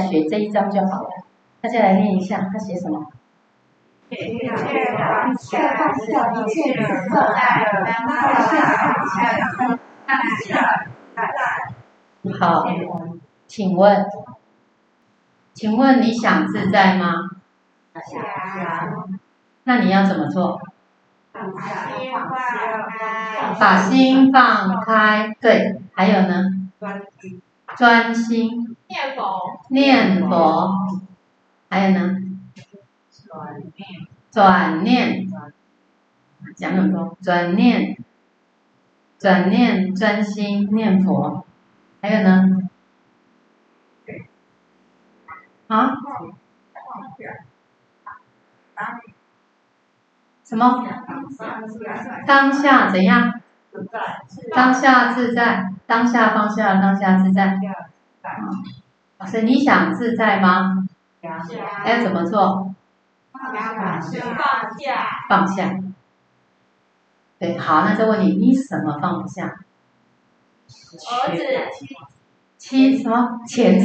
学这一章就好了。大家来念一下，他写什么？ 一切放下，一切只在当下。 好，请问你想自在吗？ 想。 那你要怎么做？ 把心放开。 把心放开，对，还有呢？专心念佛，还有呢？转念，讲很多，转念，专心念佛，还有呢？啊？什么？当下怎样？当下自在，当下放下，当下自在。老师，你想自在吗？要怎么做？放下。对，好，那再问你，你什么放不下？ 儿子。 什么？钱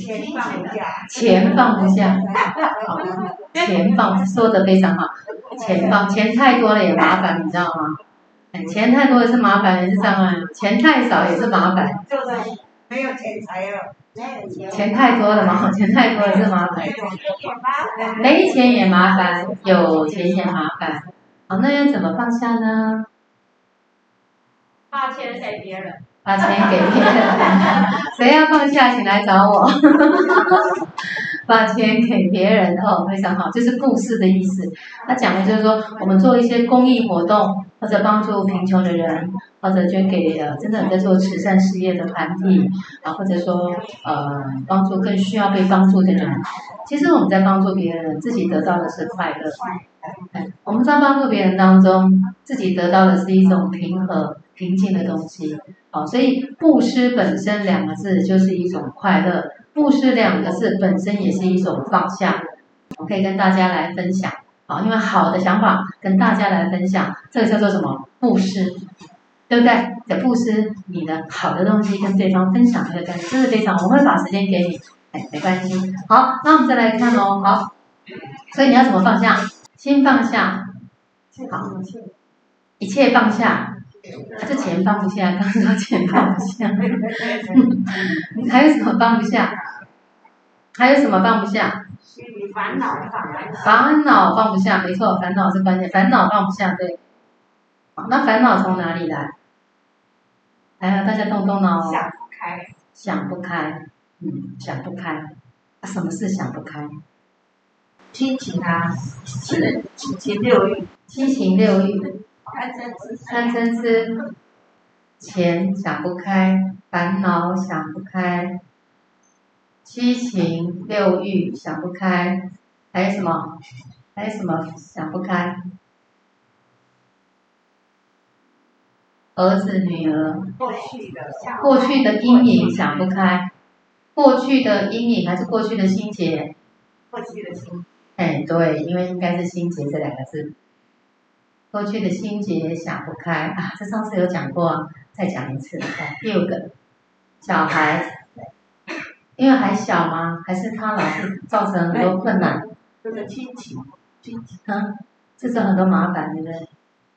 放不下。钱放，说得非常好。钱太多了也麻烦，你知道吗？钱太多也是麻烦，也是障碍；钱太少也是麻烦。 就是没有钱财了。 钱太多了嘛，钱太多也是麻烦。没钱也麻烦，有钱也麻烦。好，那要怎么放下呢？ 把钱给别人。 把钱给别人，谁要放下，请来找我。把钱给别人哦，非常好，就是布施的意思。他讲的就是说，我们做一些公益活动，或者帮助贫穷的人，或者捐给真的在做慈善事业的团体啊，或者说帮助更需要被帮助的人。其实我们在帮助别人，自己得到的是快乐。我们在帮助别人当中，自己得到的是一种平和、平静的东西。好，所以布施本身两个字就是一种快乐，布施两个字本身也是一种放下。我可以跟大家来分享，好，因为好的想法跟大家来分享，这个叫做什么？布施，对不对？在布施你的好的东西跟对方分享，这个感觉真的非常。我会把时间给你，没关系。好，那我们再来看哦，好，所以你要怎么放下？心放下，好，一切放下。这钱放不下，刚说钱放不下，还有什么放不下？还有什么放不下？ 烦恼放不下，没错，烦恼是关键，烦恼放不下，对。好，那烦恼从哪里来？来了，大家动动脑哦。想不开，想不开。什么是想不开？ 七情啊，七情六欲。 贪嗔痴，钱想不开，烦恼想不开，七情六欲想不开，还有什么想不开？儿子女儿，过去的阴影想不开，过去的阴影还是过去的心结？ 过去的心。 对，因为应该是心结这两个字。过去的心结想不开啊，这上次有讲过啊，再讲一次。6个小孩，因为还小吗？还是他老是造成很多困难？ 这个亲情这是很多麻烦，对不对？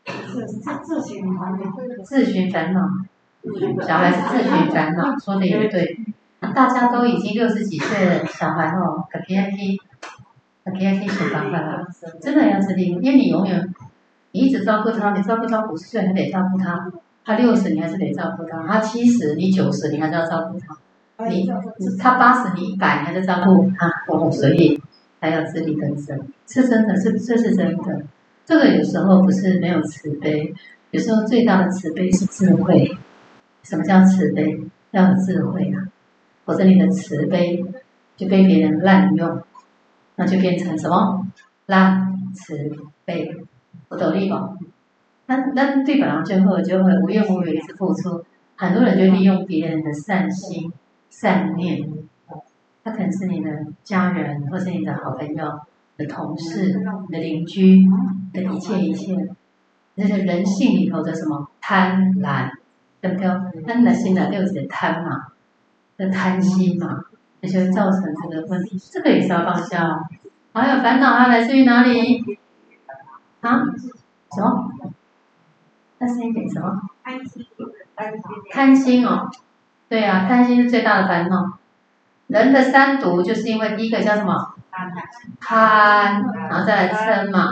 自寻烦恼，小孩是自寻烦恼，说的也对。大家都已经60几岁了，小孩可可以想办法了，真的要自立，因为你永远。你一直照顾他，你照顾到50岁还得照顾他，他60你还是得照顾他，他70你90你还是要照顾他，他80你100你还是照顾他，所以还要自力更生，是真的，这是真的。这个有时候不是没有慈悲，有时候最大的慈悲是智慧。什么叫慈悲？要有智慧啊，否则你的慈悲就被别人滥用，那就变成什么？烂慈悲。有道理吧？咱对别人就好，无怨无悔一直付出。很多人就利用别人的善心、善念，他可能是你的家人，或是你的好朋友、你的同事、你的邻居的一切，这是人性里头的什么贪婪，对不对？咱的心里头有一个贪嘛，的贪心嘛， 这就会造成这个问题。这个也是要放下哦。还有烦恼，它来自于哪里？啊？什么？大声一点，什么？贪心哦。对啊，贪心是最大的烦恼。人的三毒就是因为第一个叫什么？贪，然后再来嗔嘛，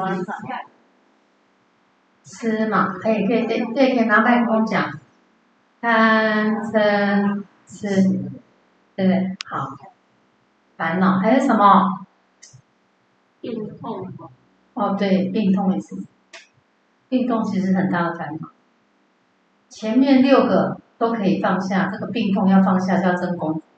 吃嘛，可以，可以拿麦克风讲。贪嗔痴，对不对？好，烦恼还有什么？ 病痛。 哦，对，病痛也是。病痛其实很大的烦恼。前面6个都可以放下，这个病痛要放下就要真功夫。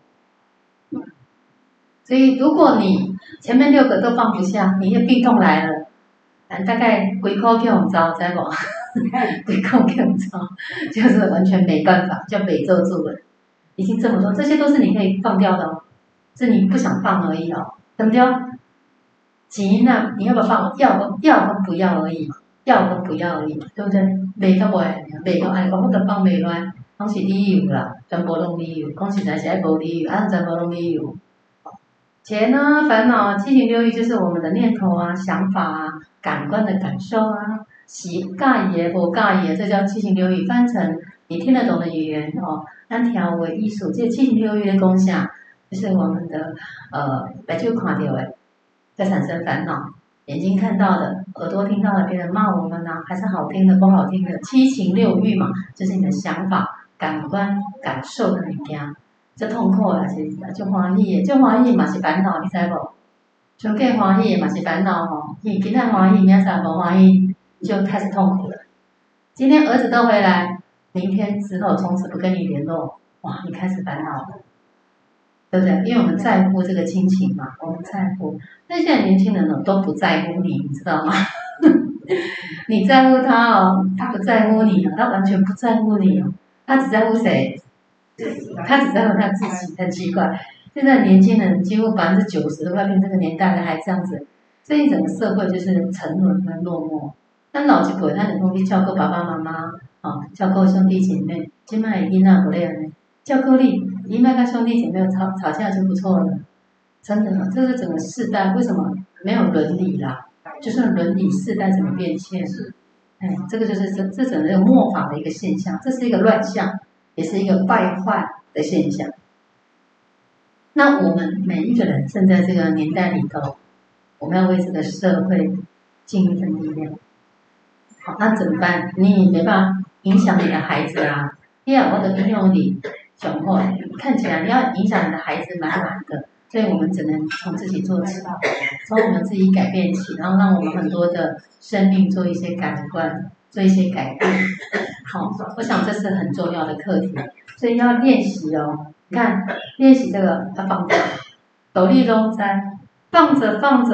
所以如果你前面6个都放不下，你的病痛来了，大概鬼口给我们招，知不？鬼口给我们招，就是完全没办法，叫北咒住了。已经这么多，这些都是你可以放掉的哦，是你不想放而已哦，对不对？钱呢，你要不要放？要跟不要而已嘛，要跟不要而已，对不对？袂甲袂，袂甲爱，我就放袂落，拢是理由啦，全部拢理由，讲实在是爱无理由，全部拢理由。钱呢，烦恼、七情六欲就是我们的念头啊、想法啊、感官的感受啊，喜介意的、无介意的，这叫七情六欲。翻成你听得懂的语言哦，咱调为艺术，这七情六欲的功效，就是我们的白就看到的，在产生烦恼。眼睛看到的，耳朵听到的，别人骂我们啊，还是好听的、不好听的，七情六欲嘛，就是你的想法、感官、感受的物件。这痛苦啊，是就欢喜的，就欢喜嘛是烦恼，你知无？上计欢喜的嘛是烦恼吼，你今天欢喜，明仔无欢喜，你就开始痛苦了。今天儿子都回来，明天之后从此不跟你联络，哇，你开始烦恼了，对不对？因为我们在乎这个亲情嘛，我们在乎。但现在年轻人呢都不在乎你，你知道吗？你在乎他哦，他不在乎你，他完全不在乎你哦，他只在乎谁？他只在乎他自己，很奇怪。现在年轻人几乎90%都快变这个年代了，还这样子，这一整个社会就是沉沦跟落寞。咱老一辈，咱能够去照顾爸爸妈妈，照顾兄弟姐妹，现在的囡仔不咧安尼，照顾你莫跟兄弟姐妹吵架就不错了。真的，这是整个世代为什么没有伦理啦？就是伦理世代怎么变迁？这个就是这整个末法的一个现象，这是一个乱象。也是一个败坏的现象。那我们每一个人正在这个年代里头，我们要为这个社会尽一份力量。好，那怎么办？你没办法影响你的孩子啊。我的应用你讲话，看起来你要影响你的孩子蛮难的，所以我们只能从自己做起，从我们自己改变起，然后让我们很多的生命做一些改观。做一些改变，好，我想这是很重要的课题，所以要练习哦。你看，练习这个要放掉，斗笠中在放着，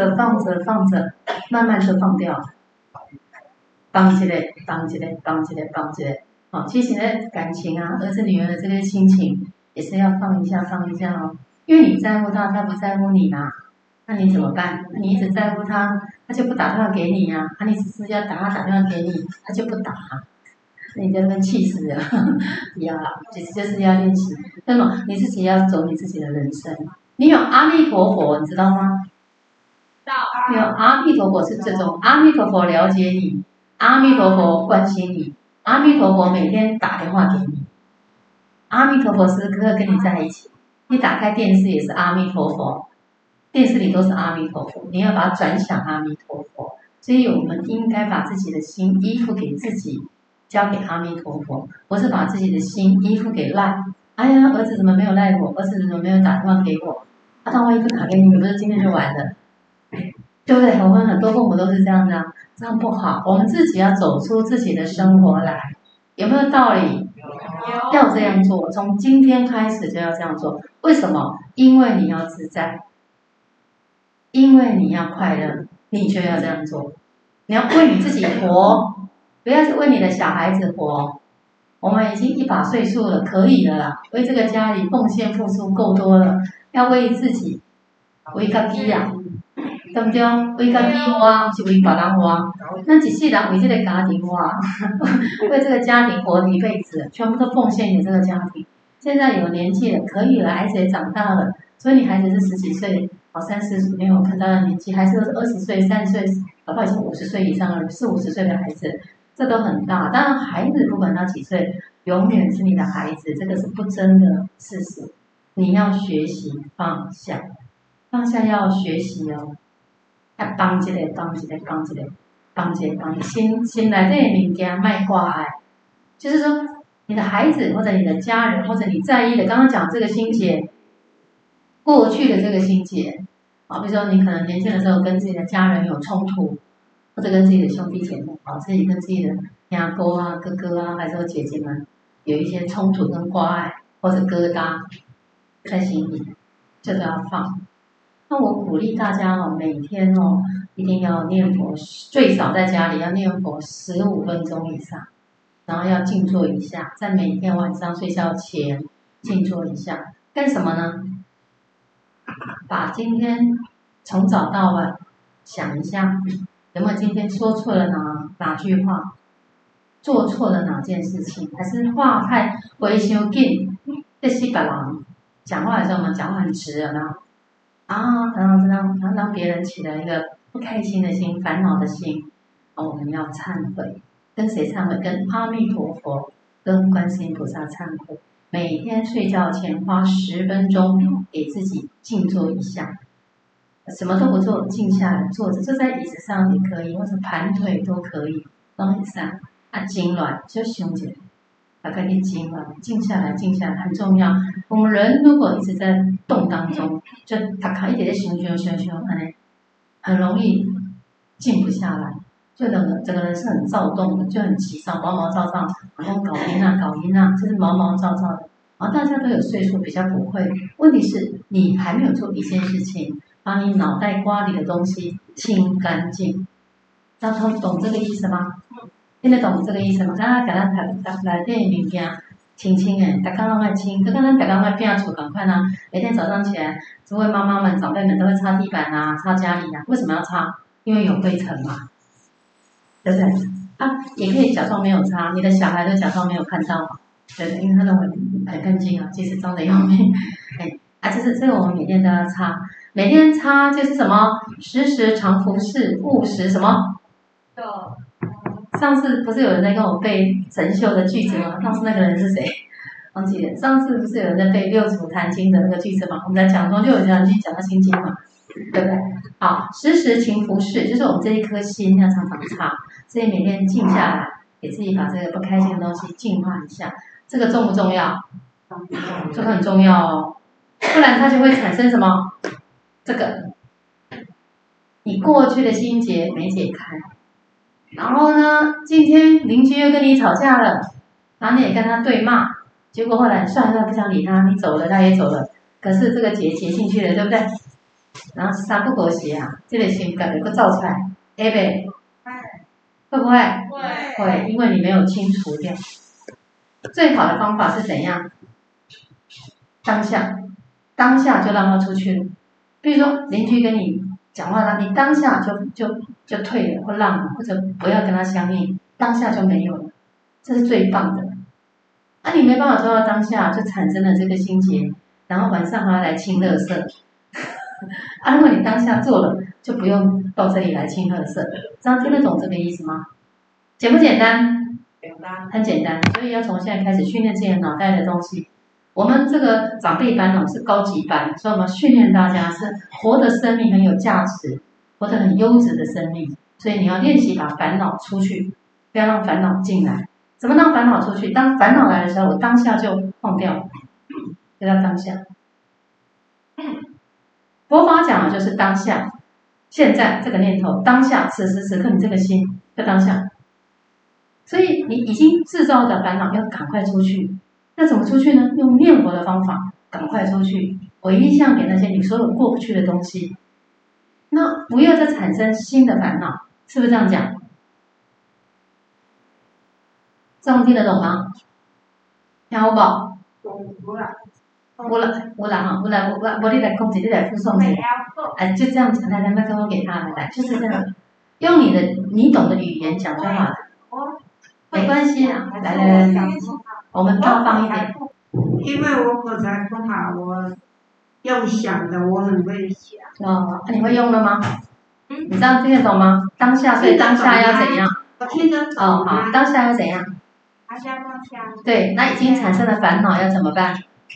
慢慢就放掉，放一个，好，其实呢，感情啊，儿子女儿的这个心情也是要放一下哦，因为你在乎他，他不在乎你啦。那你怎么办？你一直在乎他，他就不打电话给你啊！你只是要打电话给你，他就不打，你在那边气死了。呀，其实就是要练习，那么你自己要走你自己的人生。你有阿弥陀佛，你知道吗？有阿弥陀佛是这种，阿弥陀佛了解你，阿弥陀佛关心你，阿弥陀佛每天打电话给你，阿弥陀佛时刻跟你在一起。你打开电视也是阿弥陀佛。电视里都是阿弥陀佛，你要把它转向阿弥陀佛。所以我们应该把自己的心依附给自己，交给阿弥陀佛，不是把自己的心依附给赖。哎呀，儿子怎么没有赖我？儿子怎么没有打电话给我？他万一不打给你，你不是今天就完了？对不对？我们很多父母都是这样的啊，这样不好。我们自己要走出自己的生活来，有没有道理？要这样做，从今天开始就要这样做。为什么？因为你要自在。因为你要快乐，你就要这样做。你要为你自己活，不要是为你的小孩子活。我们已经一把岁数了，可以了啦，为这个家里奉献付出够多了，要为自己，为家己啊，对不对？为家己活，不是为别人活。咱一世人为这个家庭活，为这个家庭活一辈子，全部都奉献给这个家庭。现在有年纪了，可以了，孩子也长大了。 所以你孩子是10几岁，30没有看到的年纪，还是20岁、30岁，搞不好已经50岁以上了，40、50岁的孩子，这都很大。当然，孩子不管他几岁，永远是你的孩子，这个是不争的事实。你要学习放下，放下要学习哦，要帮一个，帮一个，帮一个，帮一个，帮一个，心内底的物件卖挂碍，就是说你的孩子或者你的家人或者你在意的，刚刚讲这个心结，过去的这个心结，啊，比如说你可能年轻的时候跟自己的家人有冲突，或者跟自己的兄弟姐妹，啊，自己跟自己的娘哥啊、哥哥啊，还是姐姐们有一些冲突跟挂碍或者疙瘩在心里，这都要放。那我鼓励大家哦，每天哦一定要念佛，最少在家里要念佛15分钟以上，然后要静坐一下，在每天晚上睡觉前静坐一下，干什么呢？把今天从早到晚想一下，有没有今天说错了哪句话，做错了哪件事情，还是话太回伤紧，这是别人讲话的时候，我们讲话很直了呢。然后让别人起了一个不开心的心、烦恼的心，我们要忏悔，跟谁忏悔？跟阿弥陀佛、跟观世音菩萨忏悔。每天睡觉前花10分钟给自己静坐一下，什么都不做，静下来坐着，坐在椅子上也可以，或者盘腿都可以，都很善。痙攣就想一下，大概你痙攣，静下来，静下来很重要。我们人如果一直在动当中，就他卡一点点想，很容易静不下来，就整个人是很躁动的，就很急躁，毛毛躁躁，好像搞音啊，就是毛毛躁躁的。然后大家都有岁数，比较不会。问题是你还没有做一件事情，把你脑袋瓜里的东西清干净。大家懂这个意思吗？听得懂这个意思吗？咱给咱内底的物件清清诶，大家拢爱清，就跟咱大家爱变厝同款啊。每天早上起来，诸位妈妈们、长辈们都会擦地板啊、擦家里啊。为什么要擦？因为有灰尘嘛，对不对？也可以假装没有擦，你的小孩都假装没有看到嘛，对不对？因为他都很干净啊，即使脏得要命。就是这个我们每天都要擦，每天擦就是什么？时常服侍，勿使什么？上次不是有人在跟我背神秀的句子吗？上次那个人是谁？忘记了。上次不是有人在背六祖坛经的那个句子吗？我们在讲中就有人去讲到心经嘛，对不对？好，时勤拂拭，就是我们这一颗心要常常擦，所以每天静下来，给自己把这个不开心的东西净化一下。这个重不重要？这个很重要哦，不然它就会产生什么？这个你过去的心结没解开。然后呢，今天邻居又跟你吵架了，然后你也跟他对骂，结果后来算了，不想理他，你走了，他也走了，可是这个结进去了，对不对？然后三不和谐啊，这个心感觉会造出来，会不会？会，因为你没有清除掉。最好的方法是怎样？当下就让他出去了。比如说邻居跟你讲话了，你当下就退了或让了，或者不要跟他相应，当下就没有了，这是最棒的。你没办法做到当下，就产生了这个心结，然后晚上还要来清垃圾。如果你当下做了，就不用到这里来清垃圾。这样听得懂这个意思吗？简不简单？ 简单， 很简单。所以要从现在开始训练自己的脑袋的东西。我们这个长辈班是高级班，所以我们训练大家是活的生命很有价值，活得很优质的生命。所以你要练习把烦恼出去，不要让烦恼进来。怎么让烦恼出去？当烦恼来的时候，我当下就放掉，就叫当下。佛法讲的就是当下，现在这个念头，当下此时此刻你这个心在当下。所以你已经制造的烦恼要赶快出去。那怎么出去呢？用念佛的方法，赶快出去，回向给那些你所有过不去的东西。那不要再产生新的烦恼，是不是这样讲？这样听得懂吗？听好不好？我你来控制，你来附送一下。就这样讲，来，麦克风给他，来，就是这样，用你懂的语言讲就好了，没关系啊。来，我们大方一点。 因为我口才不好，我用想的，我很会想。 哦，你会用了吗？你这样听得懂吗？当下，所以当下要怎样？ 我听得懂。 哦，好，当下要怎样？ 当下放下。对， 那已经产生了烦恼要怎么办？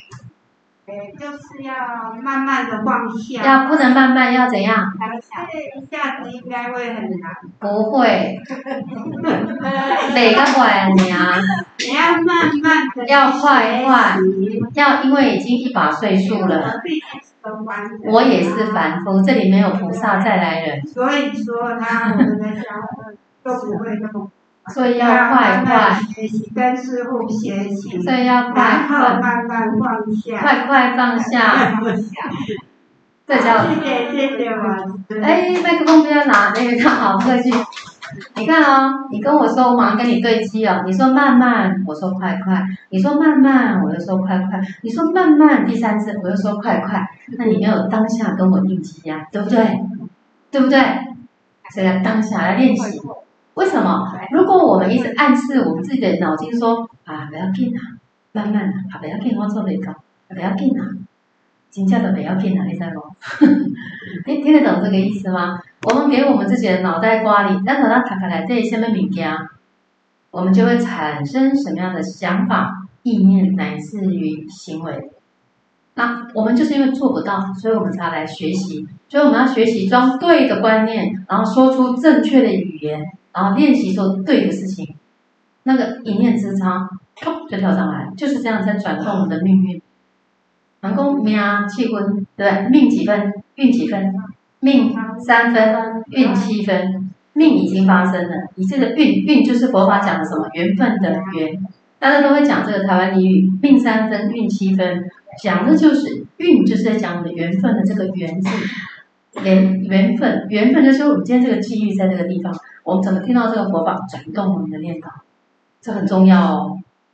就是要慢慢的放下。 不能慢慢，要怎样？ 一下子应该会很难。 不会。哪个会你啊？ 你要慢慢的。 要快。因为已经一把岁数了。我也是凡夫，这里没有菩萨再来人。 所以说我们的小孩都不会那么。 所以要快。 学习跟师父学习。 所以要快。 然后慢慢放下。 快放下。这叫。 谢谢我。 麦克风不要拿，那个好客气。你看哦，你跟我说，我马上跟你对击哦。你说慢慢，我说快；你说慢慢，我又说快；你说慢慢，第三次我又说快。那你没有当下跟我应激呀，对不对？对不对？所以要当下来练习。为什么？如果我们一直暗示我们自己的脑筋说不要紧啊，慢慢啊，不要紧，我做袂到，不要紧啊，真正就不要紧啊，你知无？你听得懂这个意思吗？我们给我们自己的脑袋瓜里，咱让它打开来，这些什么物件，我们就会产生什么样的想法、意念，乃至于行为。那我们就是因为做不到，所以我们才来学习。所以我们要学习装对的观念，然后说出正确的语言，然后练习做对的事情。那个一念之差，就跳上来，就是这样在转动我们的命运。人讲命气分，对不对？命几分，运几分？命3分，运7分。命已经发生了，你这个运就是佛法讲的什么缘分的缘，大家都会讲这个台湾俚语，命3分，运7分，讲的就是运，就是在讲我们的缘分的这个缘字。缘分就是我们今天这个际遇在这个地方，我们怎么听到这个佛法转动我们的念头，这很重要哦，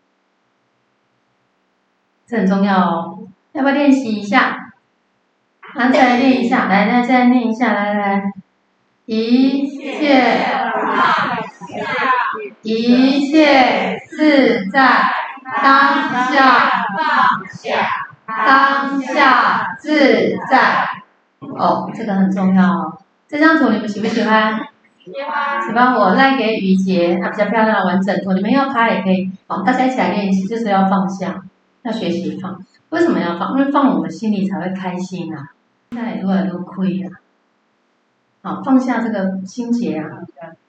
这很重要哦。要不要练习一下？再来练一下，来，再来念一下，来，一切自在，当下自在。哦，这个很重要哦。这张图你们喜不喜欢？喜欢我赖给雨洁，比较漂亮的完整图，你们要拍也可以。大家一起来练习，就是要放下，要学习放。为什么要放？因为放我们心里才会开心啊，现在越来越亏啊。好，放下这个心结啊。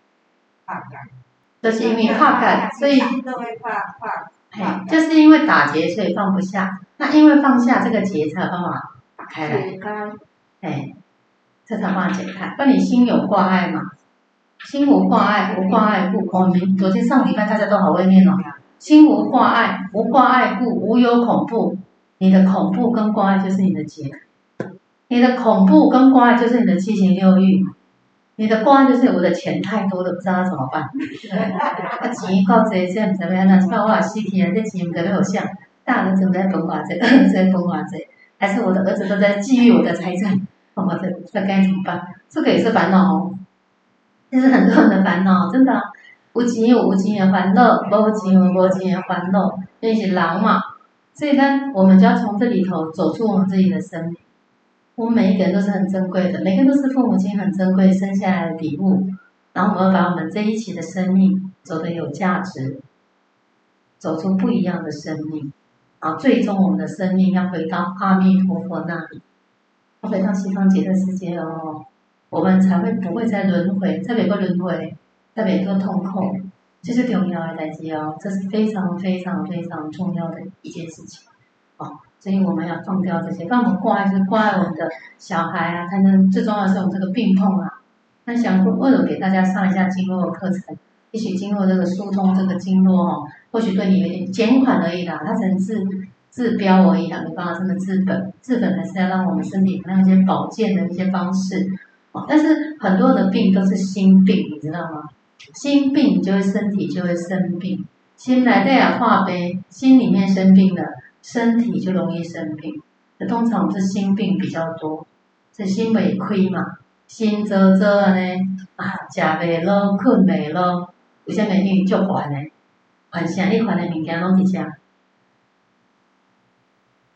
就是因为怕感，所以就是因为打结，所以放不下。那因为放下这个结，才有办法打开来。这才有办法解开。那你心有挂碍嘛？心无挂碍，无挂碍故。我们昨天上礼拜大家都好会念哦。心无挂碍，无挂碍故，无有恐怖。你的恐怖跟挂碍就是你的结，你的恐怖跟挂碍就是你的七情六欲，你的挂碍就是我的钱太多了，不知道怎么办。钱够多，这唔知要安怎，我也死去啊！这钱唔知要有啥，大儿子唔知分偌济，二儿子分偌济，还是我的儿子都在觊觎我的财产，这该怎么办？这个也是烦恼哦，这是很多人的烦恼，真的。有钱有钱的烦恼，无钱有无钱的烦恼，因为是人嘛。所以呢，我们就要从这里头走出我们自己的生命。我们每一个人都是很珍贵的，每个人都是父母亲很珍贵生下来的礼物。然后我们把我们这一期的生命走得有价值，走出不一样的生命。然后最终我们的生命要回到阿弥陀佛那里，要回到西方极乐世界哦，我们才会不会再轮回，再别个轮回，再别个痛苦。这是重要的代志哦，这是非常非常非常重要的一件事情哦，所以我们要放掉这些，帮我们挂碍就是挂碍我们的小孩啊，才能最重要的是我们这个病痛啊。那想为了给大家上一下经络的课程，一起经络这个疏通这个经络哦，或许对你有点减缓而已啦，它只能治标而已啦，没办法真的治本，治本还是要让我们身体可能有一些保健的一些方式哦。但是很多的病都是心病，你知道吗？心病就会身体就会生病，心内底也化悲，心里面生病了，身体就容易生病。通常是心病比较多，是心袂开嘛，心糟糟安尼食袂落，困袂落，为什么？因为足烦的，烦啥？你烦的物件拢伫遮。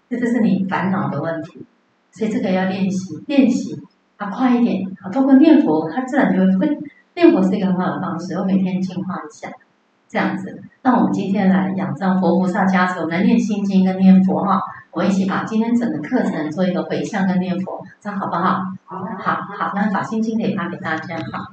这是你烦恼的问题，所以这个要练习，练习啊，快一点啊！通过念佛，它自然就会。念佛是一个很好的方式，我每天净化一下，这样子。那我们今天来仰仗佛菩萨加持，我们来念心经跟念佛哈。我们一起把今天整个课程做一个回向跟念佛，这样好不好？好，那把心经给大家哈。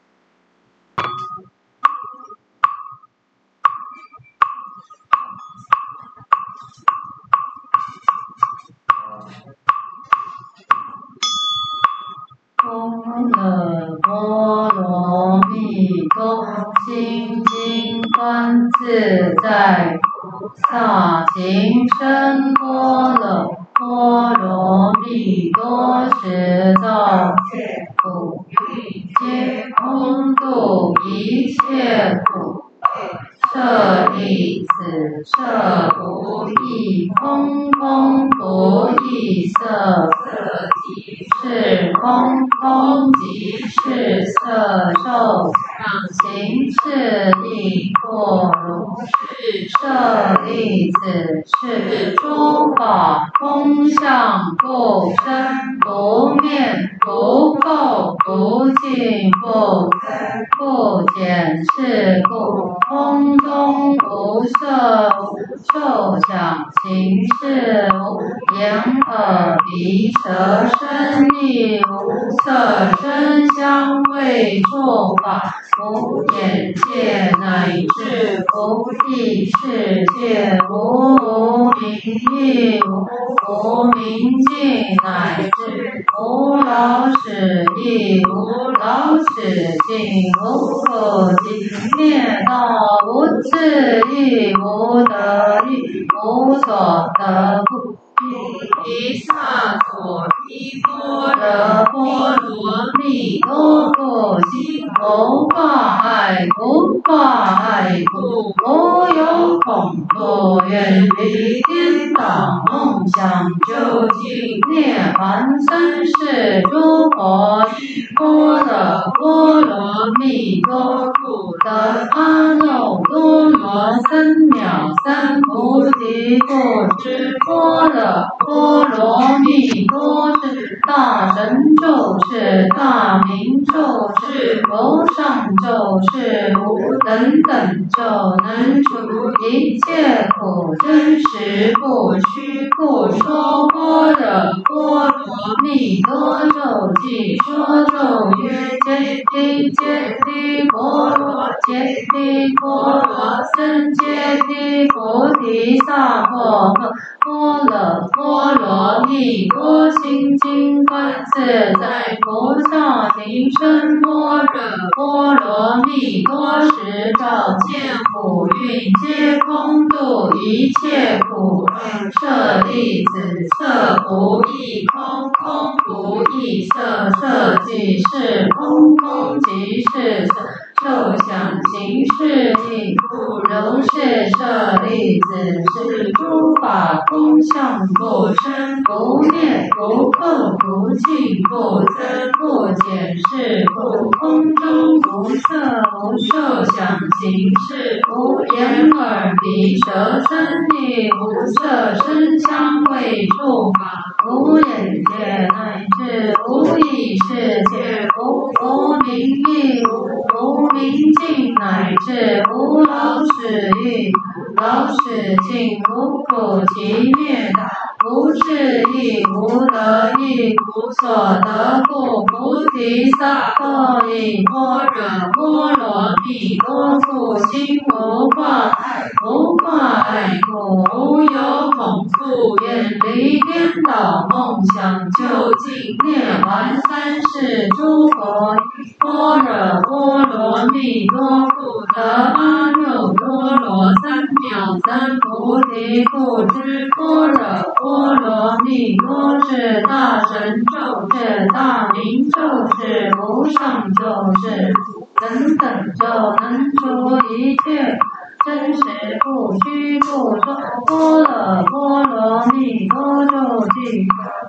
波罗蜜多心经观自在菩萨行深般若蜜多时造界苦皆空度一切苦舍利子，舍不异空，空不异色，色即是空，空即是色，受想行识亦复如是。舍利子，是诸法空相，不生不灭，不垢不净，不增不减，是故空中无色，无受想行识，无眼耳鼻舌身意，无色声香味触法，无眼界，乃至无意识界，无明意，无明尽，乃至无老死意，无老死尽，无苦集灭道，无智亦无得亦无所得故。菩萨所依般若波罗蜜多故，心无挂碍，无挂碍故，无有恐怖，远离颠倒梦想，究竟涅槃三世诸佛依般若波罗蜜多故，得阿耨多罗三藐三菩提故，知般若波罗蜜多是大神咒，是大明咒，是无上咒，是无等等咒，能除一切苦，真实不虚故，说般若波罗蜜多咒，即说咒曰：揭谛揭谛波罗揭谛波罗僧揭谛菩提萨婆诃。般若波罗蜜多心经观自在菩萨行深般若波罗蜜多时，照见五蕴皆空，度一切苦。舍利子，色不异空，空不异色，色即是空，空即是色，受想行识亦复如是。舍利子，是诸法空相，不生不灭，不垢不净，不增不减，是故空中无色，无受想行识，无眼耳鼻舌身意，无色声香味触法，无眼界，乃至无意识界，无明意，无明尽，乃至无老死意，老死尽，无苦集灭道，无智亦无得亦无所得故，菩提萨埵依般若波罗蜜多故，心无挂碍，无挂碍故，无有恐怖，远离颠倒梦想，究竟涅槃三世诸佛依般若波罗蜜多故，得阿耨多罗三藐三菩提故，知般若波罗蜜多是大神咒，是大明咒，是无上咒，是等等咒，能除一切真实不虚故，说般若波罗蜜多咒即可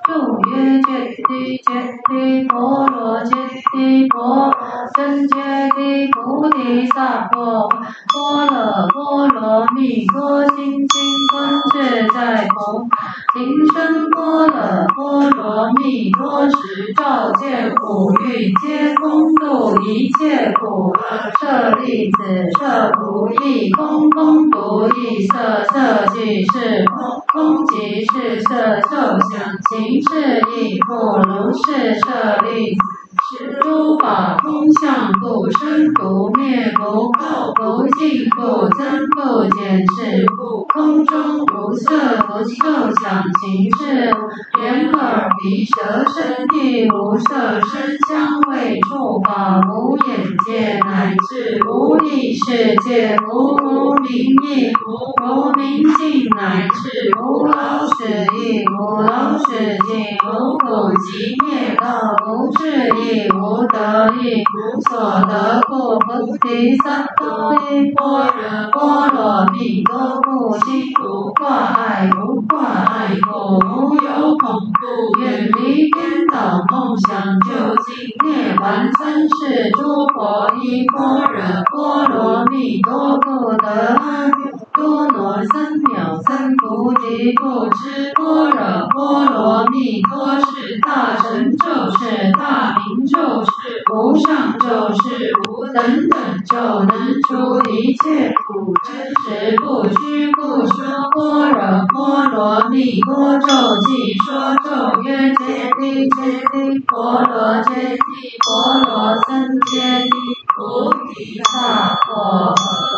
住耶揭谛波罗揭谛波罗僧揭谛菩提萨婆波罗蜜多心经观自在佛行深般若波罗蜜多时照见五蕴皆空度一切苦厄舍利子舍不异空不异色即是空即是色受想行识亦复如是舍利子。诸法空相不生不灭不垢不净不增不减是故空中无色不受想行识眼耳鼻舌身意无色声香味触法无眼界乃至无意识界无明意无明尽乃至无老死亦无老死尽无苦集灭道无智亦无得亦无所得故菩提萨埵依般若波罗蜜多故心无挂碍故无有恐怖远离颠倒梦想究竟涅槃三世诸佛依般若波罗蜜多故得阿耨多罗三藐三菩提故知般若波罗蜜多是大神咒是大明咒是无上咒是无等咒能除一切苦真实不虚故说般若波罗蜜多咒即说咒曰揭谛波罗揭谛波罗僧揭谛菩提萨婆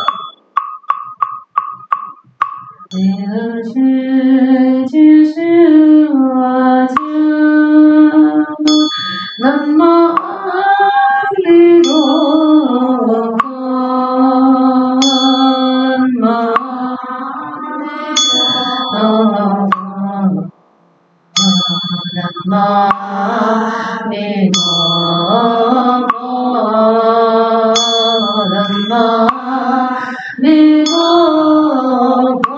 皆是我家南无阿弥陀佛南无阿弥陀佛南无阿弥陀佛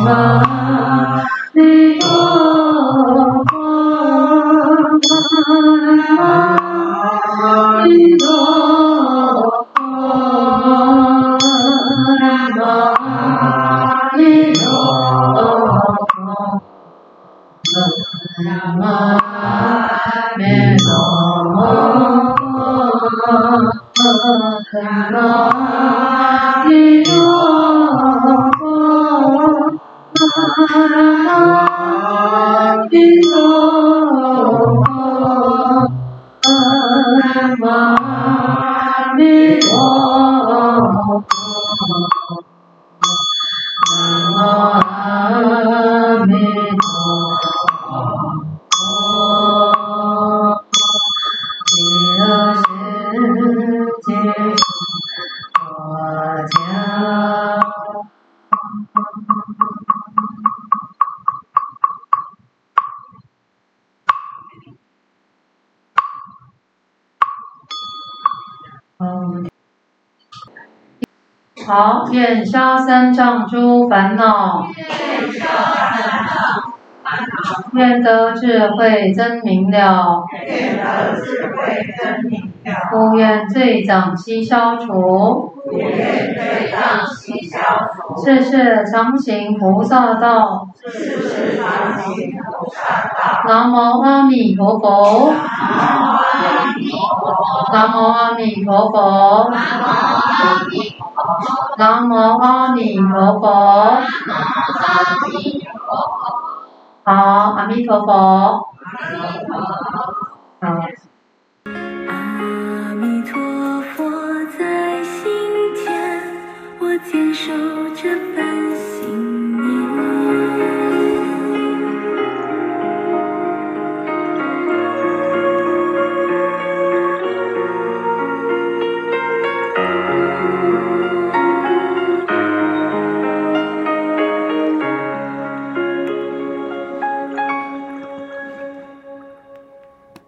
好，愿消三障诸烦恼，愿得智慧真明了，不愿罪障悉消除，世世常行菩萨道。南无阿弥陀佛。南无阿弥陀佛。南无阿弥陀佛。好，阿弥陀佛。